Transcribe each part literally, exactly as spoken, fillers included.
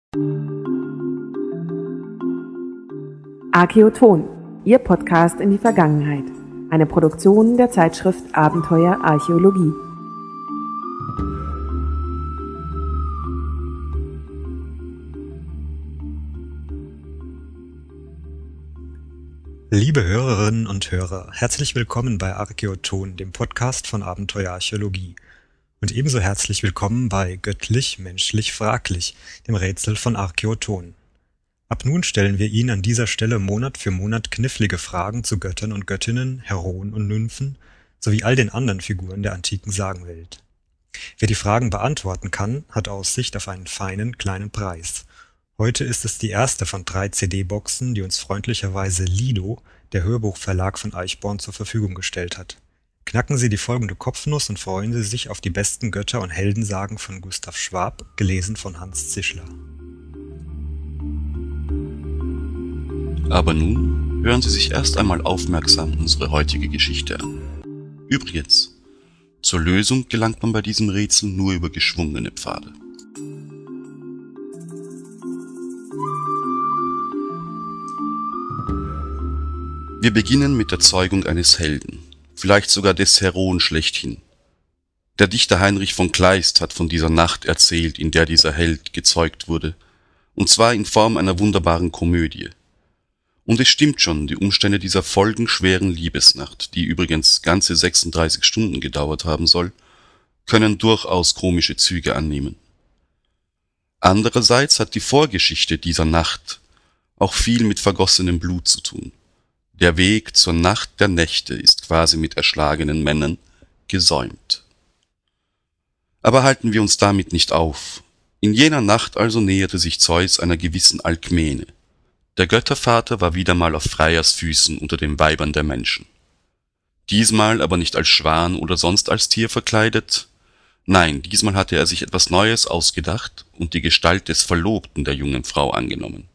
Archäoton, Ihr Podcast in die Vergangenheit. Eine Produktion der Zeitschrift Abenteuer Archäologie. Liebe Hörerinnen und Hörer, herzlich willkommen bei Archäoton, dem Podcast von Abenteuer Archäologie. Und ebenso herzlich willkommen bei Göttlich, Menschlich, Fraglich, dem Rätsel von Archäoton. Ab nun stellen wir Ihnen an dieser Stelle Monat für Monat knifflige Fragen zu Göttern und Göttinnen, Heroen und Nymphen sowie all den anderen Figuren der antiken Sagenwelt. Wer die Fragen beantworten kann, hat Aussicht auf einen feinen, kleinen Preis. Heute ist es die erste von drei C D-Boxen, die uns freundlicherweise Lido, der Hörbuchverlag von Eichborn, zur Verfügung gestellt hat. Knacken Sie die folgende Kopfnuss und freuen Sie sich auf die besten Götter- und Heldensagen von Gustav Schwab, gelesen von Hans Zischler. Aber nun hören Sie sich erst einmal aufmerksam unsere heutige Geschichte an. Übrigens, zur Lösung gelangt man bei diesem Rätsel nur über geschwungene Pfade. Wir beginnen mit der Zeugung eines Helden, vielleicht sogar des Heroen schlechthin. Der Dichter Heinrich von Kleist hat von dieser Nacht erzählt, in der dieser Held gezeugt wurde, und zwar in Form einer wunderbaren Komödie. Und es stimmt schon, die Umstände dieser folgenschweren Liebesnacht, die übrigens ganze sechsunddreißig Stunden gedauert haben soll, können durchaus komische Züge annehmen. Andererseits hat die Vorgeschichte dieser Nacht auch viel mit vergossenem Blut zu tun. Der Weg zur Nacht der Nächte ist quasi mit erschlagenen Männern gesäumt. Aber halten wir uns damit nicht auf. In jener Nacht also näherte sich Zeus einer gewissen Alkmene. Der Göttervater war wieder mal auf Freiers Füßen unter den Weibern der Menschen. Diesmal aber nicht als Schwan oder sonst als Tier verkleidet. Nein, diesmal hatte er sich etwas Neues ausgedacht und die Gestalt des Verlobten der jungen Frau angenommen.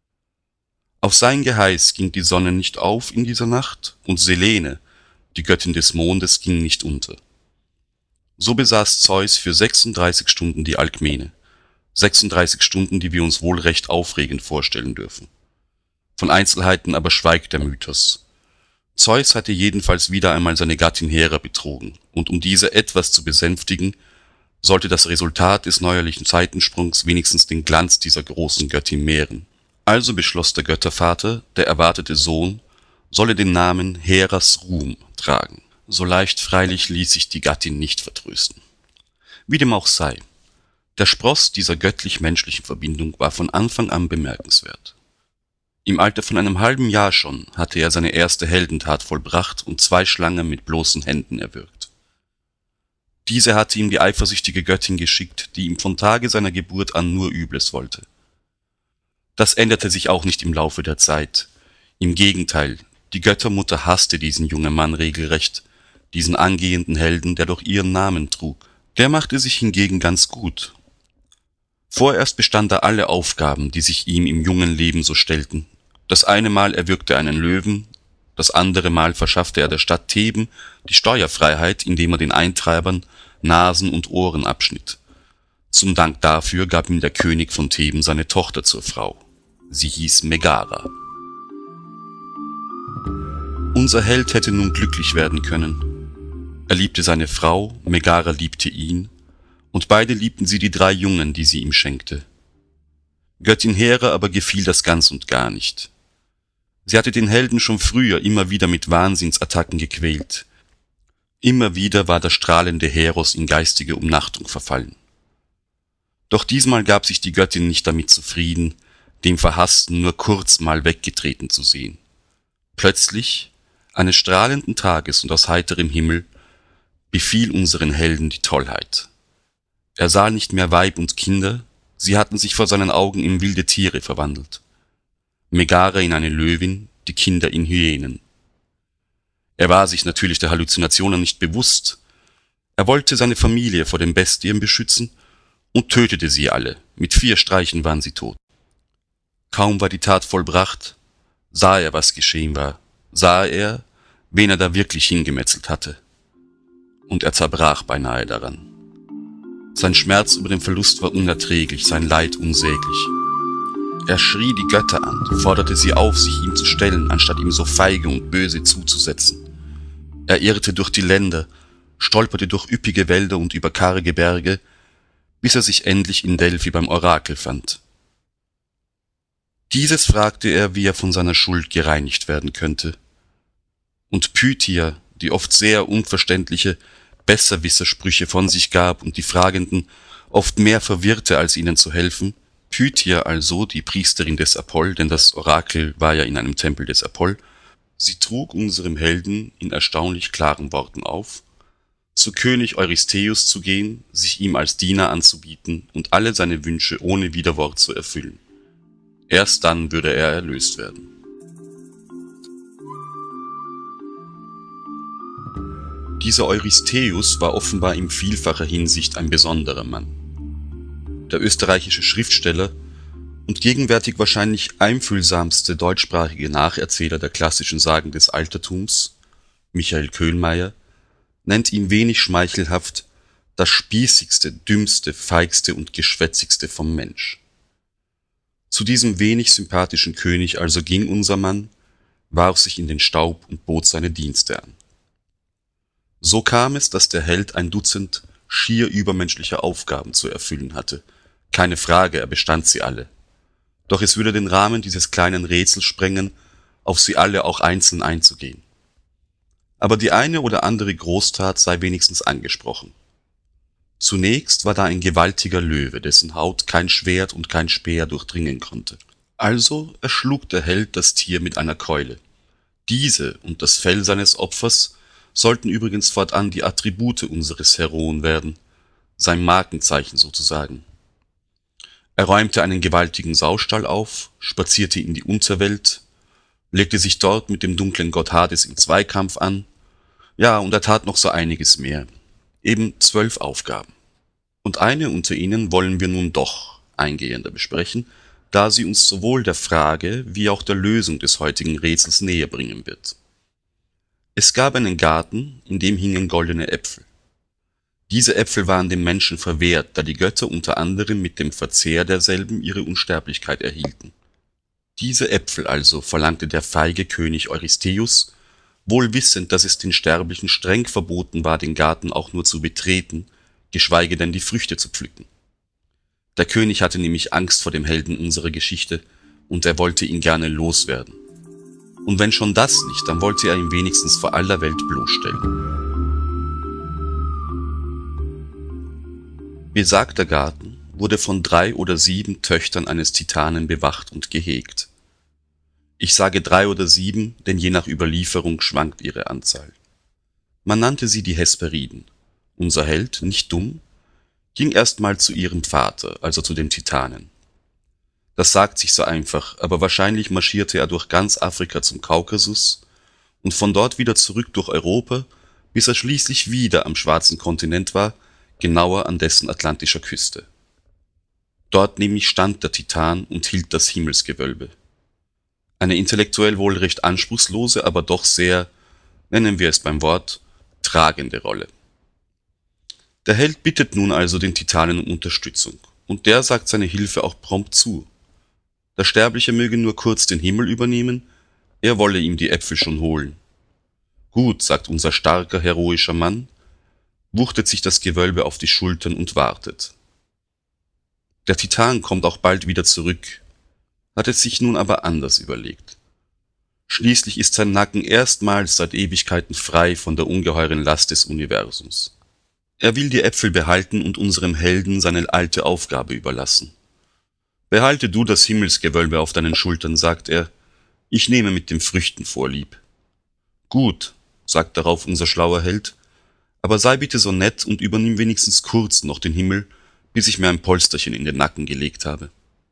Auf sein Geheiß ging die Sonne nicht auf in dieser Nacht und Selene, die Göttin des Mondes, ging nicht unter. So besaß Zeus für sechsunddreißig Stunden die Alkmene. sechsunddreißig Stunden, die wir uns wohl recht aufregend vorstellen dürfen. Von Einzelheiten aber schweigt der Mythos. Zeus hatte jedenfalls wieder einmal seine Gattin Hera betrogen, und um diese etwas zu besänftigen, sollte das Resultat des neuerlichen Zeitensprungs wenigstens den Glanz dieser großen Göttin mehren. Also beschloss der Göttervater, der erwartete Sohn solle den Namen Heras Ruhm tragen. So leicht freilich ließ sich die Gattin nicht vertrösten. Wie dem auch sei, der Spross dieser göttlich-menschlichen Verbindung war von Anfang an bemerkenswert. Im Alter von einem halben Jahr schon hatte er seine erste Heldentat vollbracht und zwei Schlangen mit bloßen Händen erwürgt. Diese hatte ihm die eifersüchtige Göttin geschickt, die ihm von Tage seiner Geburt an nur Übles wollte. Das änderte sich auch nicht im Laufe der Zeit. Im Gegenteil, die Göttermutter hasste diesen jungen Mann regelrecht, diesen angehenden Helden, der doch ihren Namen trug. Der machte sich hingegen ganz gut. Vorerst bestand er alle Aufgaben, die sich ihm im jungen Leben so stellten. Das eine Mal erwürgte er einen Löwen, das andere Mal verschaffte er der Stadt Theben die Steuerfreiheit, indem er den Eintreibern Nasen und Ohren abschnitt. Zum Dank dafür gab ihm der König von Theben seine Tochter zur Frau. Sie hieß Megara. Unser Held hätte nun glücklich werden können. Er liebte seine Frau, Megara liebte ihn, und beide liebten sie die drei Jungen, die sie ihm schenkte. Göttin Hera aber gefiel das ganz und gar nicht. Sie hatte den Helden schon früher immer wieder mit Wahnsinnsattacken gequält. Immer wieder war der strahlende Heros in geistige Umnachtung verfallen. Doch diesmal gab sich die Göttin nicht damit zufrieden, dem Verhassten nur kurz mal weggetreten zu sehen. Plötzlich, eines strahlenden Tages und aus heiterem Himmel, befiel unseren Helden die Tollheit. Er sah nicht mehr Weib und Kinder, sie hatten sich vor seinen Augen in wilde Tiere verwandelt. Megara in eine Löwin, die Kinder in Hyänen. Er war sich natürlich der Halluzinationen nicht bewusst. Er wollte seine Familie vor den Bestien beschützen und tötete sie alle. Mit vier Streichen waren sie tot. Kaum war die Tat vollbracht, sah er, was geschehen war, sah er, wen er da wirklich hingemetzelt hatte. Und er zerbrach beinahe daran. Sein Schmerz über den Verlust war unerträglich, sein Leid unsäglich. Er schrie die Götter an, forderte sie auf, sich ihm zu stellen, anstatt ihm so feige und böse zuzusetzen. Er irrte durch die Länder, stolperte durch üppige Wälder und über karge Berge, bis er sich endlich in Delphi beim Orakel fand. Dieses fragte er, wie er von seiner Schuld gereinigt werden könnte. Und Pythia, die oft sehr unverständliche Besserwissersprüche von sich gab und die Fragenden oft mehr verwirrte, als ihnen zu helfen, Pythia also, die Priesterin des Apoll, denn das Orakel war ja in einem Tempel des Apoll, sie trug unserem Helden in erstaunlich klaren Worten auf, zu König Eurystheus zu gehen, sich ihm als Diener anzubieten und alle seine Wünsche ohne Widerwort zu erfüllen. Erst dann würde er erlöst werden. Dieser Eurystheus war offenbar in vielfacher Hinsicht ein besonderer Mann. Der österreichische Schriftsteller und gegenwärtig wahrscheinlich einfühlsamste deutschsprachige Nacherzähler der klassischen Sagen des Altertums, Michael Köhlmeier, nennt ihn wenig schmeichelhaft das spießigste, dümmste, feigste und geschwätzigste vom Mensch. Zu diesem wenig sympathischen König also ging unser Mann, warf sich in den Staub und bot seine Dienste an. So kam es, dass der Held ein Dutzend schier übermenschlicher Aufgaben zu erfüllen hatte. Keine Frage, er bestand sie alle. Doch es würde den Rahmen dieses kleinen Rätsels sprengen, auf sie alle auch einzeln einzugehen. Aber die eine oder andere Großtat sei wenigstens angesprochen. Zunächst war da ein gewaltiger Löwe, dessen Haut kein Schwert und kein Speer durchdringen konnte. Also erschlug der Held das Tier mit einer Keule. Diese und das Fell seines Opfers sollten übrigens fortan die Attribute unseres Heroen werden, sein Markenzeichen sozusagen. Er räumte einen gewaltigen Saustall auf, spazierte in die Unterwelt, legte sich dort mit dem dunklen Gott Hades im Zweikampf an, ja, und er tat noch so einiges mehr. Eben zwölf Aufgaben. Und eine unter ihnen wollen wir nun doch eingehender besprechen, da sie uns sowohl der Frage wie auch der Lösung des heutigen Rätsels näher bringen wird. Es gab einen Garten, in dem hingen goldene Äpfel. Diese Äpfel waren dem Menschen verwehrt, da die Götter unter anderem mit dem Verzehr derselben ihre Unsterblichkeit erhielten. Diese Äpfel also verlangte der feige König Eurystheus, wohl wissend, dass es den Sterblichen streng verboten war, den Garten auch nur zu betreten, geschweige denn die Früchte zu pflücken. Der König hatte nämlich Angst vor dem Helden unserer Geschichte, und er wollte ihn gerne loswerden. Und wenn schon das nicht, dann wollte er ihn wenigstens vor aller Welt bloßstellen. Besagter Garten wurde von drei oder sieben Töchtern eines Titanen bewacht und gehegt. Ich sage drei oder sieben, denn je nach Überlieferung schwankt ihre Anzahl. Man nannte sie die Hesperiden. Unser Held, nicht dumm, ging erstmal zu ihrem Vater, also zu den Titanen. Das sagt sich so einfach, aber wahrscheinlich marschierte er durch ganz Afrika zum Kaukasus und von dort wieder zurück durch Europa, bis er schließlich wieder am schwarzen Kontinent war, genauer an dessen atlantischer Küste. Dort nämlich stand der Titan und hielt das Himmelsgewölbe. Eine intellektuell wohl recht anspruchslose, aber doch sehr, nennen wir es beim Wort, tragende Rolle. Der Held bittet nun also den Titanen um Unterstützung, und der sagt seine Hilfe auch prompt zu. Der Sterbliche möge nur kurz den Himmel übernehmen, er wolle ihm die Äpfel schon holen. Gut, sagt unser starker, heroischer Mann, wuchtet sich das Gewölbe auf die Schultern und wartet. Der Titan kommt auch bald wieder zurück, hat es sich nun aber anders überlegt. Schließlich ist sein Nacken erstmals seit Ewigkeiten frei von der ungeheuren Last des Universums. Er will die Äpfel behalten und unserem Helden seine alte Aufgabe überlassen. Behalte du das Himmelsgewölbe auf deinen Schultern, sagt er, ich nehme mit den Früchten vorlieb. Gut, sagt darauf unser schlauer Held, aber sei bitte so nett und übernimm wenigstens kurz noch den Himmel, bis ich mir ein Polsterchen in den Nacken gelegt habe.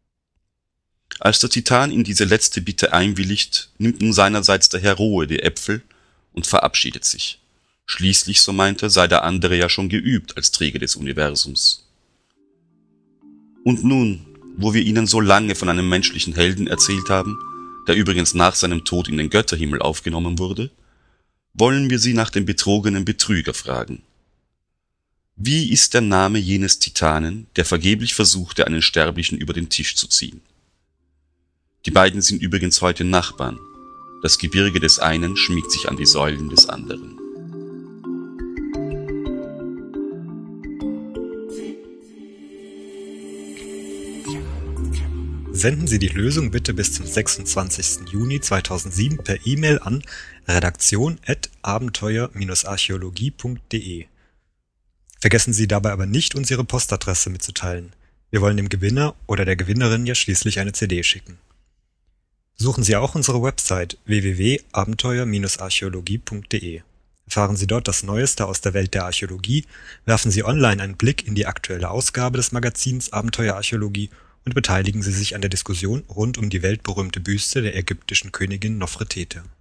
Als der Titan in diese letzte Bitte einwilligt, nimmt nun seinerseits der Heroe die Äpfel und verabschiedet sich. Schließlich, so meint er, sei der andere ja schon geübt als Träger des Universums. Und nun, wo wir Ihnen so lange von einem menschlichen Helden erzählt haben, der übrigens nach seinem Tod in den Götterhimmel aufgenommen wurde, wollen wir Sie nach dem betrogenen Betrüger fragen. Wie ist der Name jenes Titanen, der vergeblich versuchte, einen Sterblichen über den Tisch zu ziehen? Die beiden sind übrigens heute Nachbarn. Das Gebirge des einen schmiegt sich an die Säulen des anderen. Senden Sie die Lösung bitte bis zum sechsundzwanzigsten Juni zweitausendsieben per E-Mail an redaktion at abenteuer Bindestrich archäologie punkt de. Vergessen Sie dabei aber nicht, uns Ihre Postadresse mitzuteilen. Wir wollen dem Gewinner oder der Gewinnerin ja schließlich eine C D schicken. Besuchen Sie auch unsere Website w w w punkt abenteuer Bindestrich archäologie punkt de. Erfahren Sie dort das Neueste aus der Welt der Archäologie, werfen Sie online einen Blick in die aktuelle Ausgabe des Magazins Abenteuer Archäologie und beteiligen Sie sich an der Diskussion rund um die weltberühmte Büste der ägyptischen Königin Nofretete.